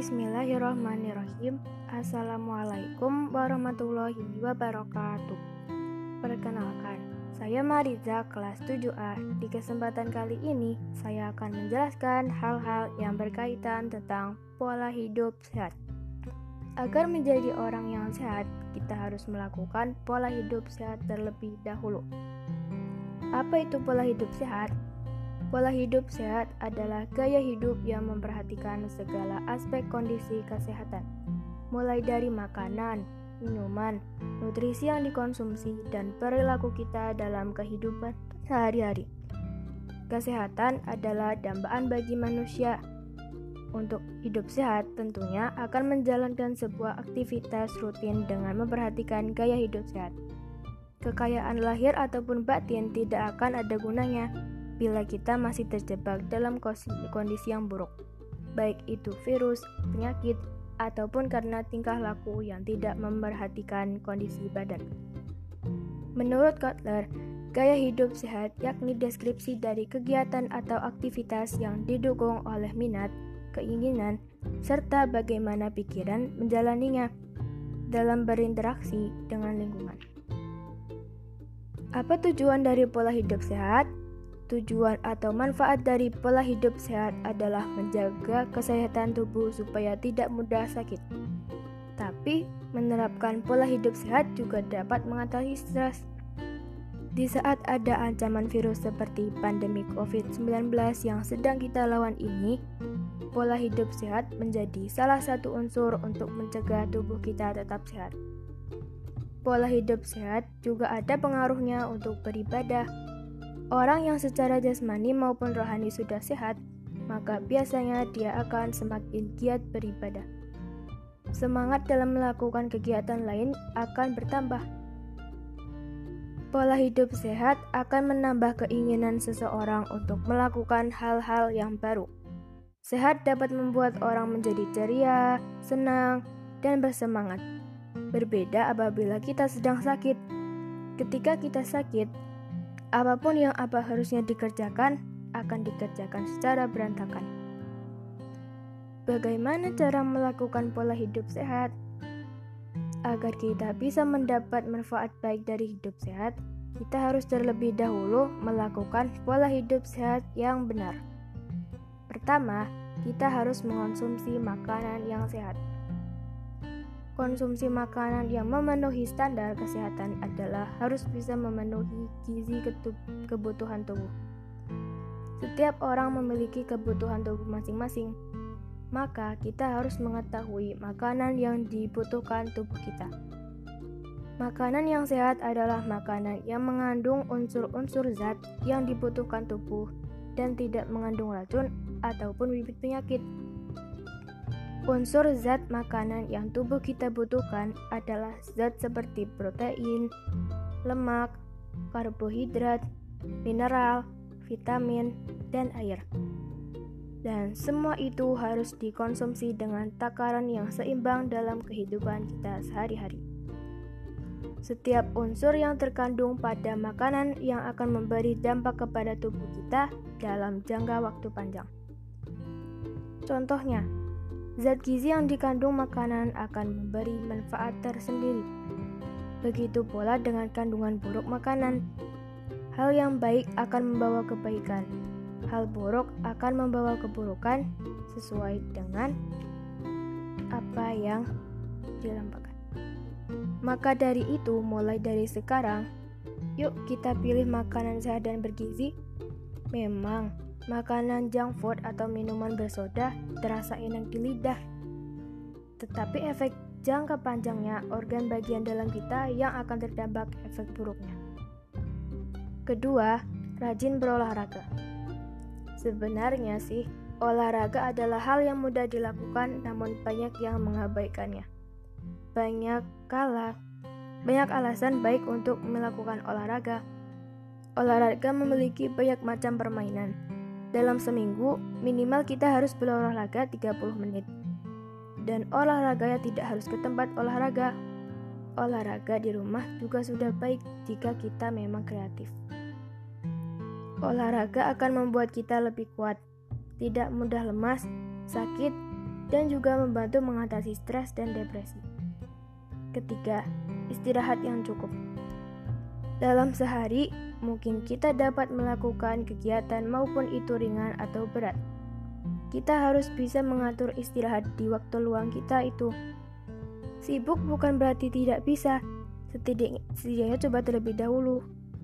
Bismillahirrahmanirrahim. Assalamualaikum warahmatullahi wabarakatuh. Perkenalkan, saya Mariza kelas 7A. Di kesempatan kali ini, saya akan menjelaskan hal-hal yang berkaitan tentang pola hidup sehat. Agar menjadi orang yang sehat, kita harus melakukan pola hidup sehat terlebih dahulu. Apa itu pola hidup sehat? Pola hidup sehat adalah gaya hidup yang memperhatikan segala aspek kondisi kesehatan, mulai dari makanan, minuman, nutrisi yang dikonsumsi, dan perilaku kita dalam kehidupan sehari-hari. Kesehatan adalah dambaan bagi manusia. Untuk hidup sehat tentunya akan menjalankan sebuah aktivitas rutin dengan memperhatikan gaya hidup sehat. Kekayaan lahir ataupun batin tidak akan ada gunanya bila kita masih terjebak dalam kondisi yang buruk, baik itu virus, penyakit, ataupun karena tingkah laku yang tidak memperhatikan kondisi badan. Menurut Kotler, gaya hidup sehat yakni deskripsi dari kegiatan atau aktivitas yang didukung oleh minat, keinginan, serta bagaimana pikiran menjalaninya dalam berinteraksi dengan lingkungan. Apa tujuan dari pola hidup sehat? Tujuan atau manfaat dari pola hidup sehat adalah menjaga kesehatan tubuh supaya tidak mudah sakit. Tapi, menerapkan pola hidup sehat juga dapat mengatasi stres. Di saat ada ancaman virus seperti pandemi COVID-19 yang sedang kita lawan ini, pola hidup sehat menjadi salah satu unsur untuk mencegah tubuh kita tetap sehat. Pola hidup sehat juga ada pengaruhnya untuk beribadah. Orang yang secara jasmani maupun rohani sudah sehat, maka biasanya dia akan semakin giat beribadah. Semangat dalam melakukan kegiatan lain akan bertambah. Pola hidup sehat akan menambah keinginan seseorang untuk melakukan hal-hal yang baru. Sehat dapat membuat orang menjadi ceria, senang, dan bersemangat. Berbeda apabila kita sedang sakit. Ketika kita sakit, apapun yang harusnya dikerjakan akan dikerjakan secara berantakan. Bagaimana cara melakukan pola hidup sehat? Agar kita bisa mendapat manfaat baik dari hidup sehat, kita harus terlebih dahulu melakukan pola hidup sehat yang benar. Pertama, kita harus mengonsumsi makanan yang sehat. Konsumsi makanan yang memenuhi standar kesehatan adalah harus bisa memenuhi gizi kebutuhan tubuh. Setiap orang memiliki kebutuhan tubuh masing-masing, maka kita harus mengetahui makanan yang dibutuhkan tubuh kita. Makanan yang sehat adalah makanan yang mengandung unsur-unsur zat yang dibutuhkan tubuh dan tidak mengandung racun ataupun bibit penyakit. Unsur zat makanan yang tubuh kita butuhkan adalah zat seperti protein, lemak, karbohidrat, mineral, vitamin, dan air. Dan semua itu harus dikonsumsi dengan takaran yang seimbang dalam kehidupan kita sehari-hari. Setiap unsur yang terkandung pada makanan yang akan memberi dampak kepada tubuh kita dalam jangka waktu panjang. Contohnya, zat gizi yang dikandung makanan akan memberi manfaat tersendiri. Begitu pula dengan kandungan buruk makanan. Hal yang baik akan membawa kebaikan. Hal buruk akan membawa keburukan sesuai dengan apa yang dilambangkan. Maka dari itu, mulai dari sekarang, yuk kita pilih makanan sehat dan bergizi. Memang makanan junk food atau minuman bersoda terasa enak di lidah, tetapi efek jangka panjangnya organ bagian dalam kita yang akan terdampak efek buruknya. Kedua, rajin berolahraga. Sebenarnya sih, olahraga adalah hal yang mudah dilakukan, namun banyak yang mengabaikannya. Banyak alasan baik untuk melakukan olahraga. Olahraga memiliki banyak macam permainan. Dalam seminggu, minimal kita harus berolahraga 30 menit. Dan olahraganya tidak harus ke tempat olahraga. Olahraga di rumah juga sudah baik jika kita memang kreatif. Olahraga akan membuat kita lebih kuat, tidak mudah lemas, sakit, dan juga membantu mengatasi stres dan depresi. Ketiga, istirahat yang cukup. Dalam sehari, mungkin kita dapat melakukan kegiatan maupun itu ringan atau berat. Kita harus bisa mengatur istirahat di waktu luang kita itu. Sibuk bukan berarti tidak bisa, setidaknya coba terlebih dahulu.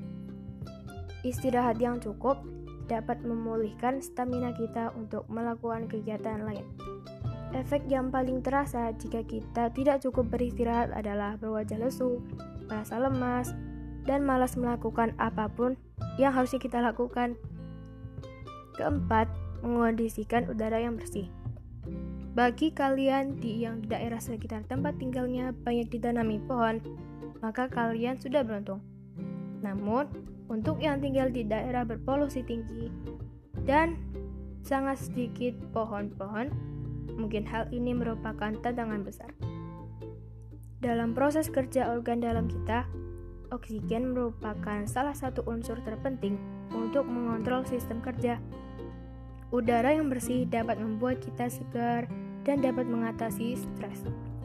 Istirahat yang cukup dapat memulihkan stamina kita untuk melakukan kegiatan lain. Efek yang paling terasa jika kita tidak cukup beristirahat adalah berwajah lesu, merasa lemas, dan malas melakukan apapun yang harusnya kita lakukan. Keempat, mengondisikan udara yang bersih. Bagi kalian yang di daerah sekitar tempat tinggalnya banyak ditanami pohon, maka kalian sudah beruntung. Namun, untuk yang tinggal di daerah berpolusi tinggi dan sangat sedikit pohon-pohon, mungkin hal ini merupakan tantangan besar. Dalam proses kerja organ dalam kita, oksigen merupakan salah satu unsur terpenting untuk mengontrol sistem kerja. Udara yang bersih dapat membuat kita segar dan dapat mengatasi stres.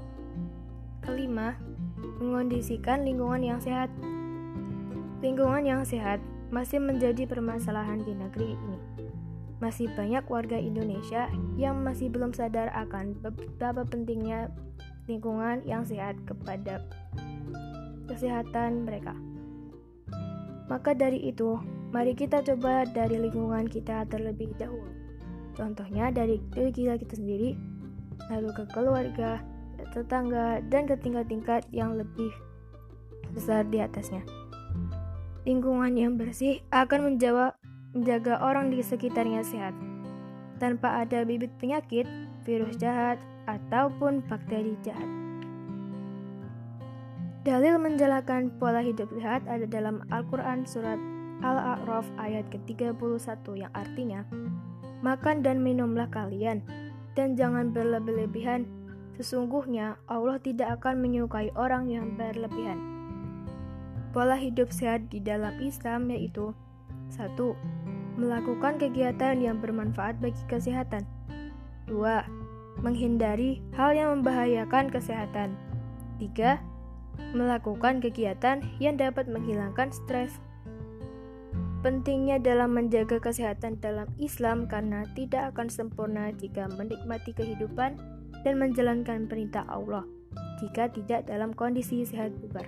Kelima, mengondisikan lingkungan yang sehat. Lingkungan yang sehat masih menjadi permasalahan di negeri ini. Masih banyak warga Indonesia yang masih belum sadar akan betapa pentingnya lingkungan yang sehat kepada kesehatan mereka. Maka dari itu, mari kita coba dari lingkungan kita terlebih dahulu. Contohnya dari diri kita sendiri, lalu ke keluarga, tetangga, dan ke tingkat-tingkat yang lebih besar di atasnya. Lingkungan yang bersih akan menjaga orang di sekitarnya sehat, tanpa ada bibit penyakit, virus jahat, ataupun bakteri jahat. Dalil menjalankan pola hidup sehat ada dalam Al-Quran surat Al-A'raf ayat ke-31 yang artinya, makan dan minumlah kalian, dan jangan berlebih-lebihan, sesungguhnya Allah tidak akan menyukai orang yang berlebihan. Pola hidup sehat di dalam Islam yaitu 1. Melakukan kegiatan yang bermanfaat bagi kesehatan. 2. Menghindari hal yang membahayakan kesehatan. 3. Melakukan kegiatan yang dapat menghilangkan stres. Pentingnya dalam menjaga kesehatan dalam Islam karena tidak akan sempurna jika menikmati kehidupan dan menjalankan perintah Allah jika tidak dalam kondisi sehat bugar.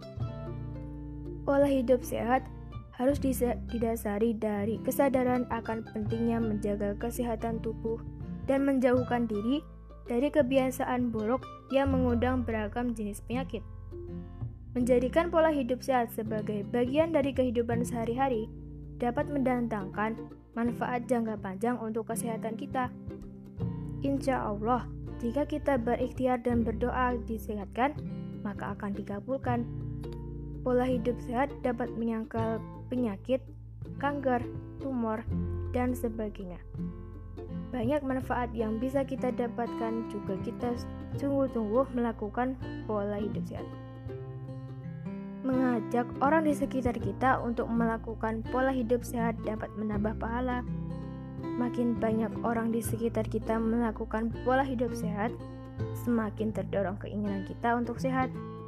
Pola hidup sehat harus didasari dari kesadaran akan pentingnya menjaga kesehatan tubuh dan menjauhkan diri dari kebiasaan buruk yang mengundang beragam jenis penyakit. Menjadikan pola hidup sehat sebagai bagian dari kehidupan sehari-hari dapat mendatangkan manfaat jangka panjang untuk kesehatan kita. Insya Allah, jika kita berikhtiar dan berdoa disehatkan, maka akan dikabulkan. Pola hidup sehat dapat menyangkal penyakit, kanker, tumor, dan sebagainya. Banyak manfaat yang bisa kita dapatkan juga kita sungguh-sungguh melakukan pola hidup sehat. Mengajak orang di sekitar kita untuk melakukan pola hidup sehat dapat menambah pahala. Makin banyak orang di sekitar kita melakukan pola hidup sehat, semakin terdorong keinginan kita untuk sehat.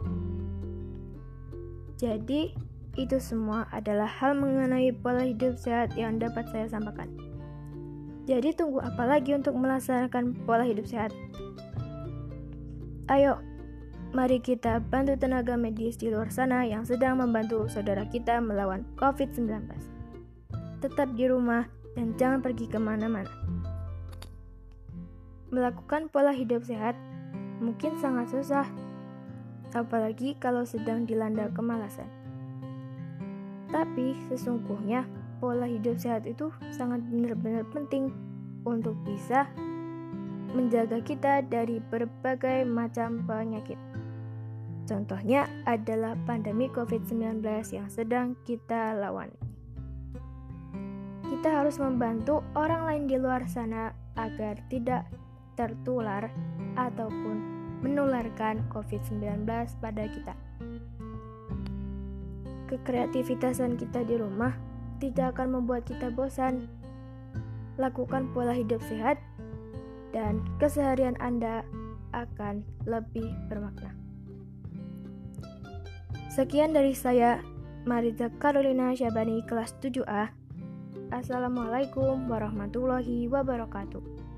Jadi, itu semua adalah hal mengenai pola hidup sehat yang dapat saya sampaikan. Jadi, tunggu apa lagi untuk melaksanakan pola hidup sehat? Ayo, mari kita bantu tenaga medis di luar sana yang sedang membantu saudara kita melawan COVID-19. Tetap di rumah dan jangan pergi kemana-mana. Melakukan pola hidup sehat mungkin sangat susah, apalagi kalau sedang dilanda kemalasan. Tapi sesungguhnya pola hidup sehat itu sangat benar-benar penting untuk bisa menjaga kita dari berbagai macam penyakit. Contohnya adalah pandemi COVID-19 yang sedang kita lawan. Kita harus membantu orang lain di luar sana agar tidak tertular ataupun menularkan COVID-19 pada kita. Kekreativitasan kita di rumah tidak akan membuat kita bosan. Lakukan pola hidup sehat dan keseharian Anda akan lebih bermakna. Sekian dari saya, Mariza Carolina Syabani, kelas 7A. Assalamualaikum warahmatullahi wabarakatuh.